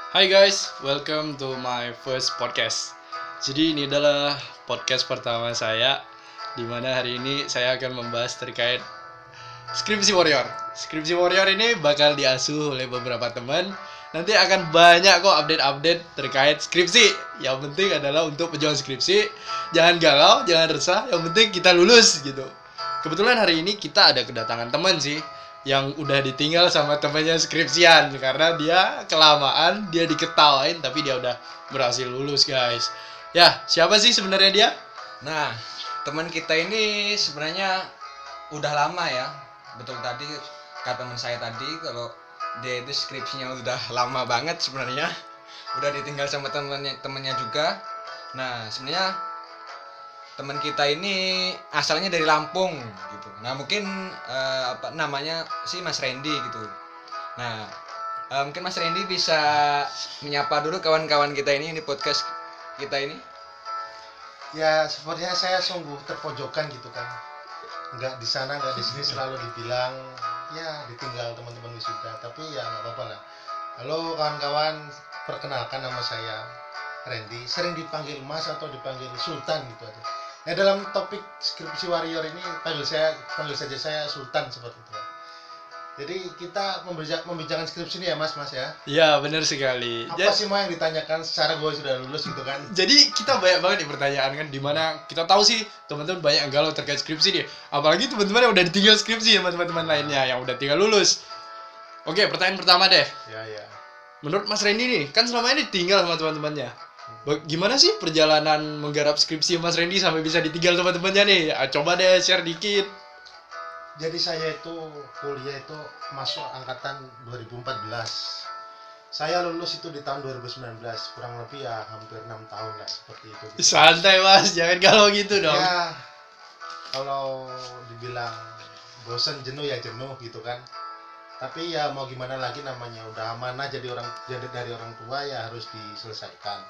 Hai guys, welcome to my first podcast. Jadi ini adalah podcast pertama saya, di mana hari ini saya akan membahas terkait Skripsi Warrior. Skripsi Warrior ini bakal diasuh oleh beberapa teman. Nanti akan banyak kok update-update terkait skripsi. Yang penting adalah untuk pejuang skripsi, jangan galau, jangan resah. Yang penting kita lulus gitu. Kebetulan hari ini kita ada kedatangan teman sih yang udah ditinggal sama temannya skripsian karena dia kelamaan, dia diketawain tapi dia udah berhasil lulus guys. Ya, siapa sih sebenarnya dia? Nah, teman kita ini sebenarnya udah lama ya. Betul tadi kata teman saya tadi kalau dia itu skripsinya udah lama banget sebenarnya. Udah ditinggal sama temannya juga. Nah, sebenarnya teman kita ini asalnya dari Lampung gitu. Nah, mungkin apa namanya sih Mas Randy gitu. Nah, mungkin Mas Randy bisa menyapa dulu kawan-kawan kita ini di podcast kita ini. Ya sepertinya saya sungguh terpojokan gitu kan, nggak di sana nggak di sini, selalu dibilang ya ditinggal teman-teman wisuda, tapi ya nggak apa-apa lah. Halo kawan-kawan, perkenalkan nama saya Randy, sering dipanggil Mas atau dipanggil Sultan gitu aja. Nah dalam topik skripsi warrior ini panggil saja saya Sultan seperti itu. Jadi kita membicarakan skripsi ini ya Mas ya. Iya, benar sekali. Apa sih mau yang ditanyakan secara gue sudah lulus gitu kan? Jadi kita banyak banget nih pertanyaan kan, dimana kita tahu sih teman-teman banyak yang galau terkait skripsi nih. Apalagi teman-teman yang udah ditinggal skripsi sama teman-teman lainnya yang udah tinggal lulus. Oke, pertanyaan pertama deh. Ya. Menurut Mas Randy nih, kan selama ini tinggal sama teman-temannya. Gimana sih perjalanan menggarap skripsi Mas Randy sampai bisa ditinggal teman-temannya nih? Coba deh share dikit. Jadi saya itu kuliah itu masuk angkatan 2014. Saya lulus itu di tahun 2019, kurang lebih ya hampir 6 tahun lah seperti itu. Santai Mas, jangan galau gitu dong. Ya, kalau dibilang bosen jenuh ya jenuh gitu kan. Tapi ya mau gimana lagi, namanya udah amanah jadi dari orang tua ya harus diselesaikan.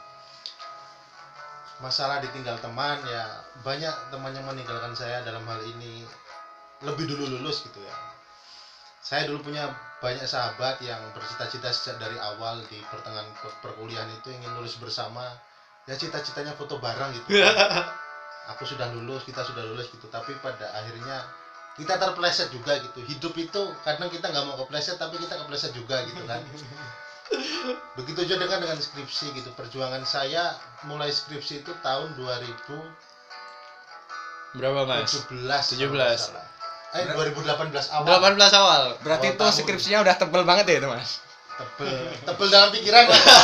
Masalah ditinggal teman ya, banyak teman yang meninggalkan saya dalam hal ini lebih dulu lulus gitu ya. Saya dulu punya banyak sahabat yang bercita-cita sejak dari awal di pertengahan perkuliahan itu ingin lulus bersama. Ya cita-citanya foto bareng gitu. Aku sudah lulus, kita sudah lulus gitu. Tapi pada akhirnya kita terpeleset juga gitu. Hidup itu kadang kita nggak mau kepleset tapi kita kepleset juga gitu kan. Begitu juga dengan skripsi gitu. Perjuangan saya mulai skripsi itu tahun 2017 Berapa Mas? 17. 2018 awal. 18 awal. Berarti Awal itu tahun. skripsinya udah tebel banget ya itu Mas? Tebel dalam pikiran.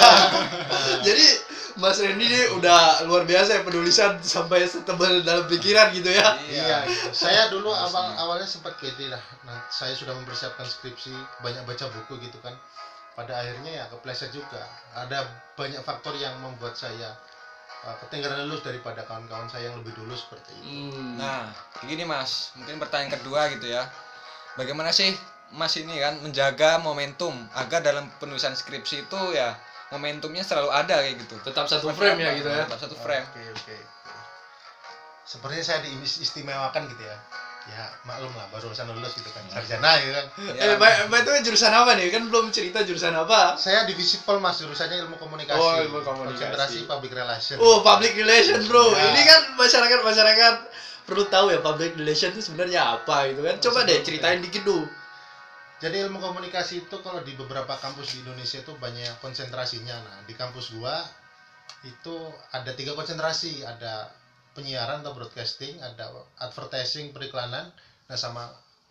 Jadi Mas Randy ini udah luar biasa ya, penulisan sampai setebal dalam pikiran gitu ya. Iya gitu. Saya dulu awalnya sempat pede lah. Nah, saya sudah mempersiapkan skripsi, banyak baca buku gitu kan. Pada akhirnya ya kepleset juga. Ada banyak faktor yang membuat saya ketinggalan lulus daripada kawan-kawan saya yang lebih dulu seperti itu. Nah, gini Mas, mungkin pertanyaan kedua gitu ya. Bagaimana sih Mas ini kan menjaga momentum agar dalam penulisan skripsi itu ya momentumnya selalu ada kayak gitu. Tetap satu Seperti frame apa? ya gitu ya. Tetap satu frame. Oke. Sepertinya saya diistimewakan gitu ya. Ya maklum lah, baru lulusan lulus gitu kan, sarjana gitu kan. Ya, Mbak itu jurusan apa nih? Kan belum cerita jurusan apa. Saya divisi Pol Mas, jurusannya ilmu komunikasi. Oh, ilmu komunikasi. Konsentrasi public relation. Public relation bro. Ya. Ini kan masyarakat perlu tahu ya public relation itu sebenarnya apa gitu kan. Coba deh ceritain dikit dulu. Jadi ilmu komunikasi itu kalau di beberapa kampus di Indonesia itu banyak konsentrasinya. Nah, di kampus gua itu ada 3 konsentrasi, ada penyiaran atau broadcasting, ada advertising periklanan, nah sama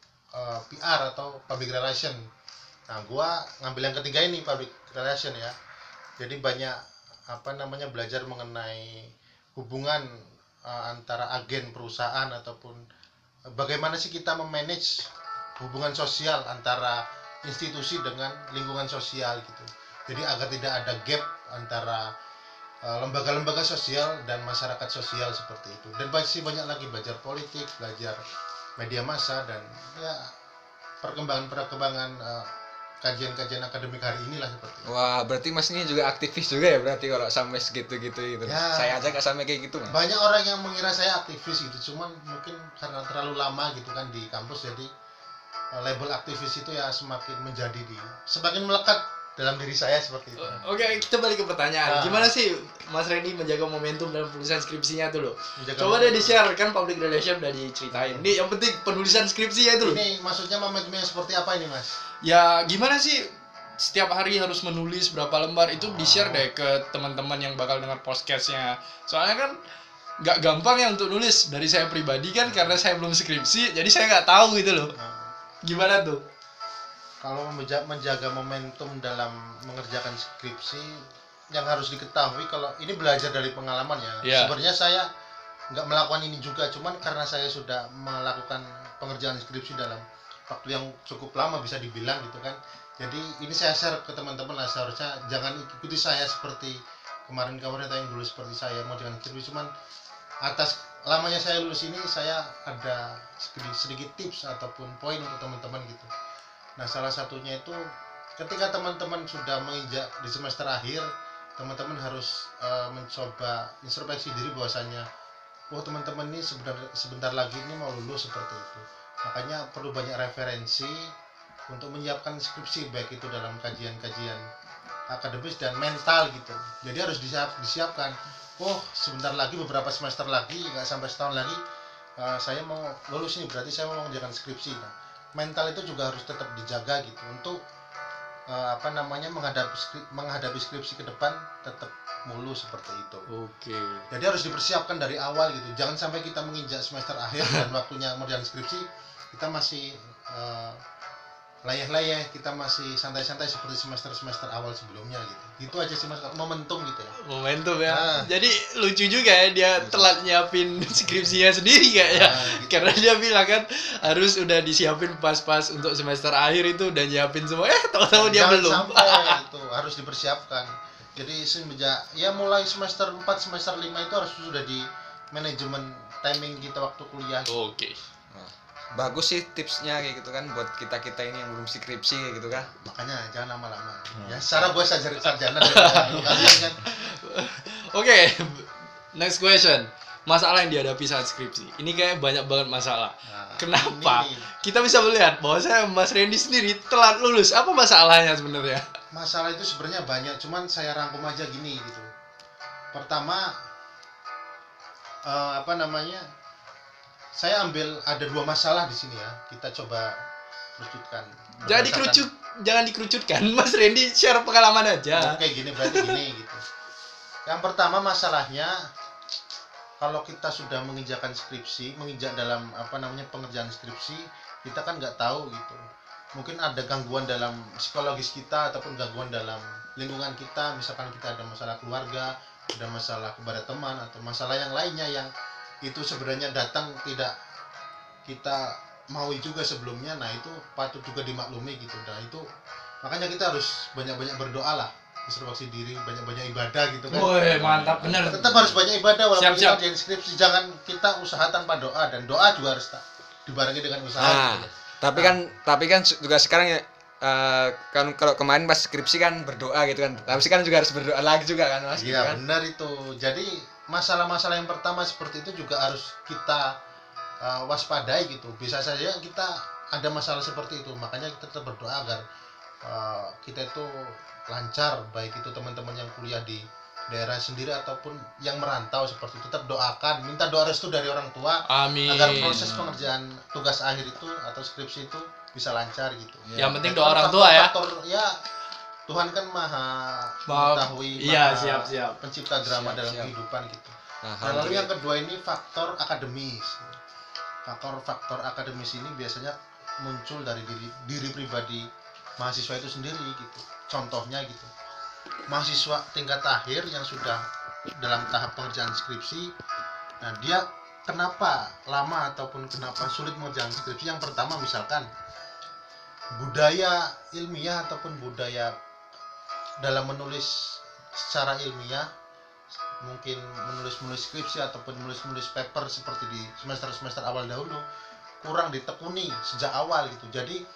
PR atau public relation. Nah, gua ngambil yang ketiga ini, public relation ya. Jadi banyak belajar mengenai hubungan antara agen perusahaan ataupun bagaimana sih kita memanage hubungan sosial antara institusi dengan lingkungan sosial gitu. Jadi agar tidak ada gap antara lembaga-lembaga sosial dan masyarakat sosial seperti itu. Dan masih banyak lagi belajar politik, belajar media massa dan ya perkembangan kajian-kajian akademik hari inilah seperti itu. Wah, berarti Mas ini juga aktivis juga ya berarti kalau sampai segitu-gitu gitu. Ya. Saya aja nggak sampai kayak gitu Mas. Banyak orang yang mengira saya aktivis gitu, cuman mungkin karena terlalu lama gitu kan di kampus, jadi label aktivis itu ya semakin melekat dalam diri saya seperti itu. Oke, kita balik ke pertanyaan. Ah. Gimana sih Mas Randy menjaga momentum dalam penulisan skripsinya tuh loh? Menjaga Coba deh momentum. di-share, kan public relation udah diceritain. Nih yang penting penulisan skripsinya itu loh. Ini maksudnya momentumnya seperti apa ini, Mas? Ya gimana sih setiap hari harus menulis berapa lembar itu di-share deh ke teman-teman yang bakal dengar podcastnya. Soalnya kan nggak gampang ya untuk nulis. Dari saya pribadi kan karena saya belum skripsi, jadi saya nggak tahu gitu loh. Nah, Gimana tuh? kalau menjaga momentum dalam mengerjakan skripsi yang harus diketahui, kalau ini belajar dari pengalaman ya. Iya. Sebenarnya saya nggak melakukan ini juga, cuman karena saya sudah melakukan pengerjaan skripsi dalam waktu yang cukup lama bisa dibilang gitu kan. Jadi ini saya share ke teman-teman lah, seharusnya jangan ikuti saya seperti kemarin-kemarin yang dulu seperti saya mau dengan skripsi, cuman atas lamanya saya lulus ini saya ada sedikit tips ataupun poin untuk teman-teman gitu. Nah, salah satunya itu ketika teman-teman sudah menginjak di semester akhir, teman-teman harus mencoba introspeksi diri bahwasanya teman-teman ini sebentar lagi ini mau lulus seperti itu. Makanya perlu banyak referensi untuk menyiapkan skripsi, baik itu dalam kajian-kajian akademis dan mental gitu. Jadi harus disiapkan. Sebentar lagi, beberapa semester lagi, nggak sampai setahun lagi saya mau lulus nih, berarti saya mau mengerjakan skripsi. Nah, mental itu juga harus tetap dijaga gitu untuk menghadapi skripsi ke depan tetap mulus seperti itu. Oke. Jadi harus dipersiapkan dari awal gitu. Jangan sampai kita menginjak semester akhir dan waktunya mengerjakan skripsi kita masih layeh-layeh, kita masih santai-santai seperti semester-semester awal sebelumnya gitu. Gitu aja sih Mas, momentum gitu ya. Momentum ya. Nah. Jadi lucu juga ya dia telat nyiapin skripsinya sendiri kayaknya. Gitu. Karena dia bilang kan harus udah disiapin pas-pas untuk semester akhir itu udah nyiapin semua. Tahu-tahu dia Jangan belum. sampai itu harus dipersiapkan. Jadi semenjak mulai semester 4, semester 5 itu harus sudah di manajemen timing kita waktu kuliah. Oke. Bagus sih tipsnya kayak gitu kan buat kita ini yang belum skripsi kayak gitu kan. Makanya jangan lama-lama. Ya secara gue sarjana dari kalian kan. Oke. Next question. Masalah yang dihadapi saat skripsi. Ini kayak banyak banget masalah. Nah, Kenapa? ini Kita bisa melihat bahwa Mas Randy sendiri telat lulus. Apa masalahnya sebenarnya? masalah itu sebenarnya banyak, cuman saya rangkum aja gini gitu. Pertama, saya ambil ada 2 masalah di sini ya. Kita coba kerucutkan. Jangan dikerucutkan. Mas Randy share pengalaman aja. Kayak gini berarti gini gitu. Yang pertama masalahnya, kalau kita sudah menginjak dalam pengerjaan skripsi, kita kan nggak tahu gitu. Mungkin ada gangguan dalam psikologis kita ataupun gangguan dalam lingkungan kita, misalkan kita ada masalah keluarga, ada masalah kepada teman atau masalah yang lainnya yang itu sebenarnya datang tidak kita maui juga sebelumnya. Nah, itu patut juga dimaklumi gitu. Nah, itu makanya kita harus banyak-banyak berdoa lah, introspeksi diri, banyak-banyak ibadah gitu kan. Woi, mantap bener. Tetap harus banyak ibadah walaupun Siap. kita di skripsi. Jangan kita usaha tanpa doa, dan doa juga harus dibarengi dengan usaha gitu. Tapi kan juga sekarang ya kan kalau kemarin pas skripsi kan berdoa gitu kan. Tapi kan juga harus berdoa lagi juga kan Mas. Iya, kan? benar itu. Jadi masalah-masalah yang pertama seperti itu juga harus kita waspadai gitu. Bisa saja kita ada masalah seperti itu. Makanya kita tetap berdoa agar kita itu lancar, baik itu teman-teman yang kuliah di daerah sendiri ataupun yang merantau seperti itu. Tetap doakan, minta doa restu dari orang tua Amin. agar proses pengerjaan tugas akhir itu atau skripsi itu bisa lancar gitu. Yang penting Dan doa orang tua ya. faktor ya, Tuhan kan maha mengetahui, Iya, maha siap. pencipta drama Siap, dalam siap. kehidupan gitu. Nah, Dan lalu yang kedua ini faktor akademis. Faktor akademis ini biasanya muncul dari diri pribadi mahasiswa itu sendiri gitu. Contohnya gitu, mahasiswa tingkat akhir yang sudah dalam tahap pengerjaan skripsi, nah dia kenapa lama ataupun kenapa sulit mengerjakan skripsi? Yang pertama misalkan budaya ilmiah ataupun budaya dalam menulis secara ilmiah, mungkin menulis skripsi ataupun menulis paper seperti di semester awal dahulu kurang ditekuni sejak awal gitu.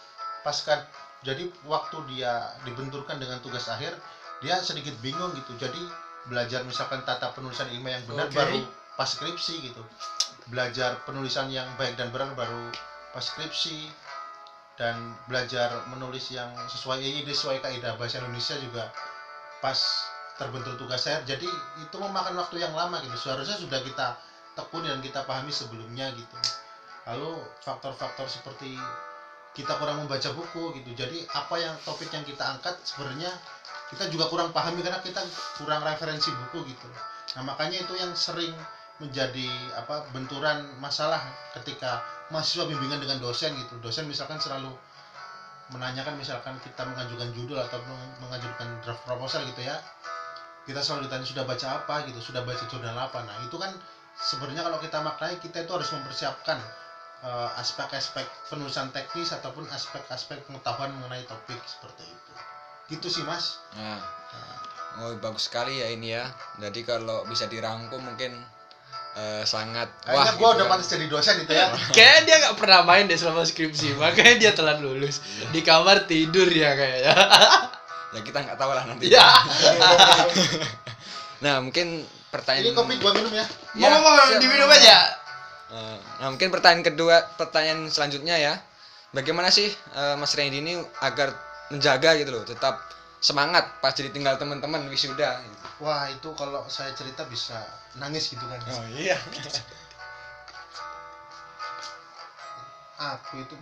Jadi waktu dia dibenturkan dengan tugas akhir, dia sedikit bingung gitu. Jadi belajar misalkan tata penulisan ilmiah yang benar baru pas skripsi gitu. Belajar penulisan yang baik dan benar baru pas skripsi. dan belajar menulis yang sesuai kaidah bahasa Indonesia juga pas terbentur tugas saya. Jadi itu memakan waktu yang lama gitu. Seharusnya sudah kita tekuni dan kita pahami sebelumnya gitu. Lalu faktor-faktor seperti kita kurang membaca buku gitu. Jadi apa yang topik yang kita angkat sebenarnya kita juga kurang pahami karena kita kurang referensi buku gitu. Nah, makanya itu yang sering menjadi benturan masalah ketika mahasiswa bimbingan dengan dosen gitu. Dosen misalkan selalu menanyakan, misalkan kita mengajukan judul atau mengajukan draft proposal gitu ya, kita selalu ditanya sudah baca apa gitu, sudah baca jurnal apa. Nah itu kan sebenarnya kalau kita maknai, kita itu harus mempersiapkan aspek-aspek penulisan teknis ataupun aspek-aspek pengetahuan mengenai topik seperti itu. Gitu sih Mas. Nah, oh bagus sekali ya ini ya. Jadi kalau bisa dirangkum mungkin sangat Kayaknya gue udah pantas jadi dosen itu ya. Kayaknya dia nggak pernah main deh selama skripsi, makanya dia telat lulus. Di kamar tidur ya kayaknya. Ya kita nggak tahu lah nanti. Ya. Nah mungkin pertanyaan Ini kopi gua minum ya. Mau siap. diminum aja. Nah mungkin pertanyaan selanjutnya ya, bagaimana sih Mas Randy ini agar menjaga gitu loh, tetap semangat pas jadi tinggal teman-teman wisuda gitu. Wah itu kalau saya cerita bisa nangis gitu kan. Oh iya. Aku itu,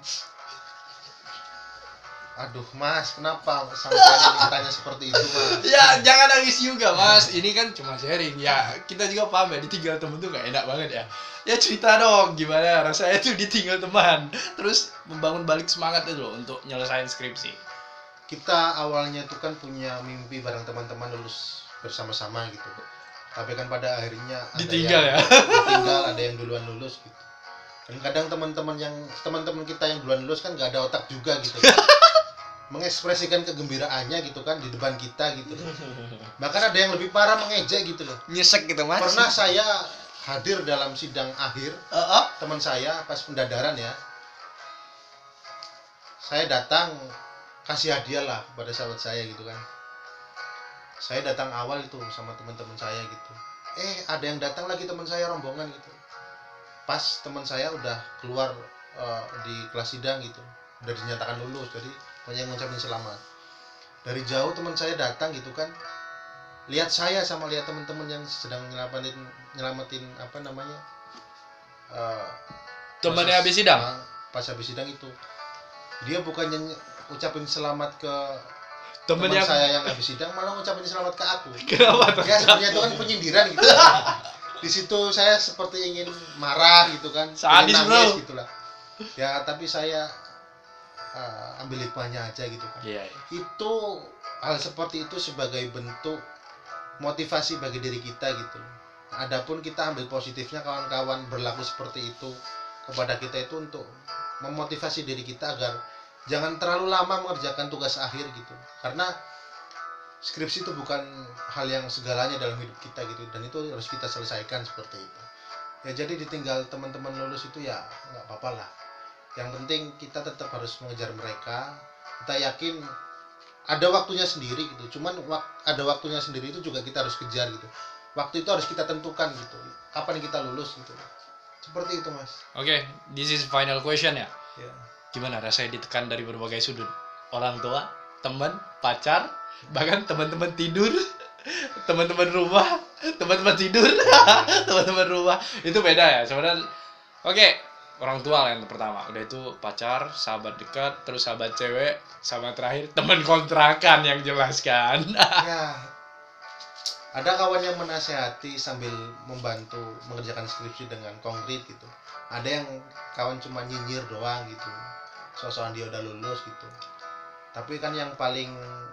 aduh Mas, kenapa sampai ditanya seperti itu Mas? Ya jangan nangis juga Mas, ini kan cuma sharing ya. Kita juga paham ya, ditinggal temen tuh gak enak banget ya. Ya cerita dong gimana rasanya tuh ditinggal teman, terus membangun balik semangat itu loh untuk nyelesain skripsi. Kita awalnya itu kan punya mimpi bareng teman-teman lulus bersama-sama gitu. Tapi kan pada akhirnya ada Ditinggal yang ya? ditinggal, ada yang duluan lulus gitu. Dan kadang teman-teman kita yang duluan lulus kan nggak ada otak juga gitu. Mengekspresikan kegembiraannya gitu kan di depan kita gitu. Bahkan ada yang lebih parah, mengejek gitu loh. Nyesek gitu Mas. Pernah saya hadir dalam sidang akhir teman saya pas pendadaran ya. Saya datang kasih hadiah lah pada sahabat saya gitu kan. Saya datang awal itu sama teman-teman saya gitu. Ada yang datang lagi teman saya rombongan gitu. Pas teman saya udah keluar di kelas sidang gitu, udah dinyatakan lulus, jadi banyak yang ngucapin selamat. Dari jauh teman saya datang gitu kan, lihat saya sama lihat teman-teman yang sedang nyelamatin apa namanya Temannya proses, habis sidang? pas habis sidang itu dia bukannya ucapin selamat ke teman Temennya saya yang habis sidang, malah ngucapin selamat ke aku. kenapa tuh? Ya sebenarnya itu kan penyindiran gitu. Di situ saya seperti ingin marah gitu kan, Sadis, ingin nangis bro. gitulah. Ya tapi saya ambil hikmahnya aja gitu kan. Iya. Itu hal seperti itu sebagai bentuk motivasi bagi diri kita gitu. Adapun kita ambil positifnya, kawan-kawan berlaku seperti itu kepada kita itu untuk memotivasi diri kita agar jangan terlalu lama mengerjakan tugas akhir gitu. Karena skripsi itu bukan hal yang segalanya dalam hidup kita gitu, dan itu harus kita selesaikan seperti itu. Ya jadi ditinggal teman-teman lulus itu ya nggak apa-apa lah. Yang penting kita tetap harus mengejar mereka. Kita yakin ada waktunya sendiri gitu. Cuman ada waktunya sendiri itu juga kita harus kejar gitu. Waktu itu harus kita tentukan gitu. Kapan kita lulus gitu. Seperti itu Mas. Oke, this is final question ya. Ya. Gimana rasanya ditekan dari berbagai sudut? Orang tua, teman, pacar, bahkan teman-teman tidur, teman-teman rumah, teman-teman tidur, teman-teman rumah. Itu beda ya sebenarnya. Oke, orang tua lah yang pertama. Udah itu pacar, sahabat dekat, terus sahabat cewek, sama terakhir teman kontrakan yang jelas kan. Ya. Ada kawan yang menasehati sambil membantu mengerjakan skripsi dengan konkret gitu. Ada yang kawan cuma nyinyir doang gitu. So-soan dia udah lulus gitu. Tapi kan yang paling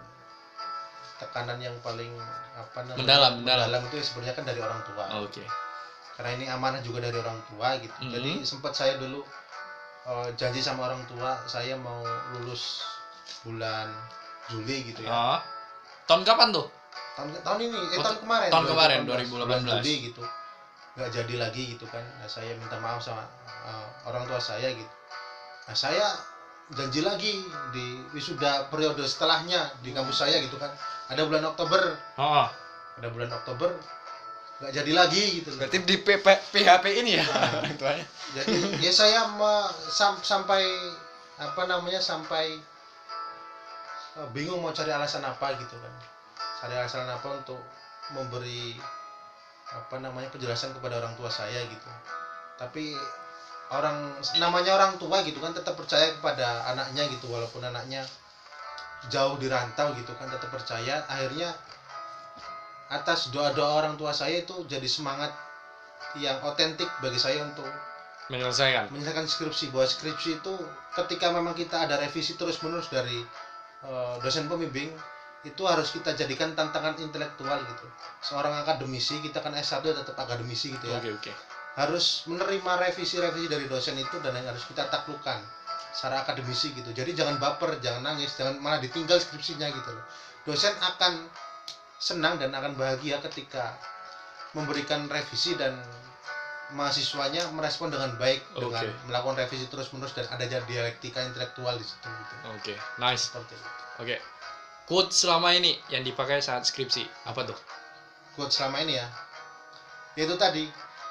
tekanan yang paling mendalam itu sebenarnya kan dari orang tua. Oke. Karena ini amanah juga dari orang tua gitu. Jadi sempat saya dulu janji sama orang tua saya mau lulus bulan Juli gitu ya. Tahun kapan tuh? Tahun ini tahun kemarin. Tahun kemarin 2018. 2018. Bulan Juli gitu. Nggak jadi lagi gitu kan. Nah, saya minta maaf sama orang tua saya gitu. Nah, saya janji lagi di wisuda periode setelahnya di kampus saya gitu kan. Ada bulan Oktober. Ada bulan Oktober nggak jadi lagi gitu. Berarti di PHP ini ya orang tuanya. Jadi ya saya sampai sampai bingung mau cari alasan apa gitu kan, cari alasan apa untuk memberi penjelasan kepada orang tua saya gitu. Tapi namanya orang tua gitu kan tetap percaya kepada anaknya gitu, walaupun anaknya jauh di rantau gitu kan, tetap percaya. Akhirnya atas doa-doa orang tua saya itu jadi semangat yang otentik bagi saya untuk Menyelesaikan. skripsi. Bahwa skripsi itu ketika memang kita ada revisi terus menerus dari dosen pembimbing, itu harus kita jadikan tantangan intelektual gitu. Seorang akademisi, kita kan S1 tetap akademisi gitu ya, Oke. harus menerima revisi-revisi dari dosen itu, dan yang harus kita taklukkan secara akademisi gitu. Jadi jangan baper, jangan nangis, jangan malah ditinggal skripsinya gitu loh. Dosen akan senang dan akan bahagia ketika memberikan revisi dan mahasiswanya merespon dengan baik dengan Oke. melakukan revisi terus menerus, dan ada dialektika intelektual di situ gitu. Oke, nice. Seperti itu. Oke. Quote selama ini yang dipakai saat skripsi apa tuh? Quote selama ini ya, yaitu tadi,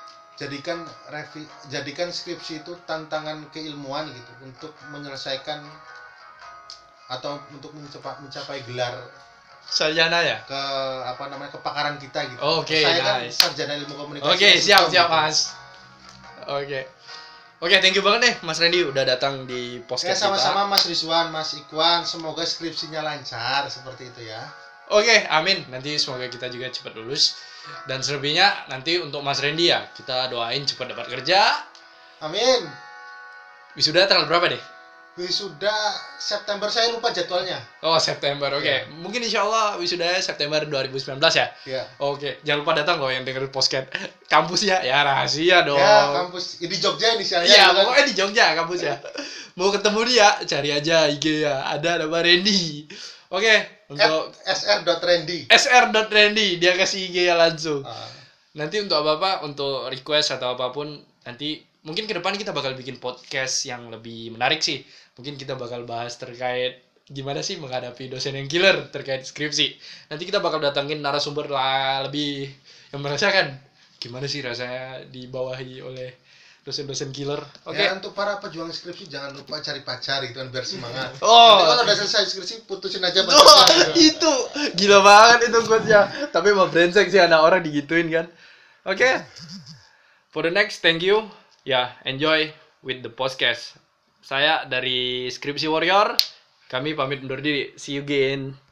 jadikan skripsi itu tantangan keilmuan gitu, untuk menyelesaikan atau untuk mencapai gelar Sarjana ya? kepakaran kita gitu. Oke, Saya kan nice. sarjana ilmu komunikasi. Oke, siap gitu. Mas. Oke, thank you banget nih Mas Randy udah datang di Ya, podcast sama-sama kita. Mas Rizwan, Mas Ikwan, semoga skripsinya lancar seperti itu ya. Oke, amin. Nanti semoga kita juga cepat lulus. Dan selebihnya nanti untuk Mas Randy ya, kita doain cepat dapat kerja. Amin. Wisuda tanggal berapa deh? Wisuda September, saya lupa jadwalnya. Oh, September. Oke. Ya. Mungkin insya Allah wisuda September 2019 ya. Ya. Oke, jangan lupa datang loh yang denger podcast kampusnya. Ya rahasia dong. Ya, kampus di Jogja inisialnya. Iya, gitu kan. pokoknya di Jogja kampusnya. Mau ketemu dia, cari aja IG ya. Ada nama Randy. Oke, untuk @sr.randy. sr.randy, dia kasih IG ya langsung. Ah, Nanti untuk apa-apa, untuk request atau apapun, nanti mungkin ke depan kita bakal bikin podcast yang lebih menarik sih. Mungkin kita bakal bahas terkait gimana sih menghadapi dosen yang killer terkait skripsi. Nanti kita bakal datangin narasumber lah lebih yang merasakan gimana sih rasanya dibawahi oleh dosen-dosen killer. Oke. Ya, untuk para pejuang skripsi jangan lupa cari pacar gitu kan, biar semangat. Oh. Nanti kalau udah selesai skripsi putusin aja Oh, pacarnya. itu gila banget itu quotes-nya. Tapi emang brengsek sih anak orang digituin kan. Oke. For the next, thank you. Ya, enjoy with the podcast. Saya dari Skripsi Warrior. Kami pamit undur diri. See you again.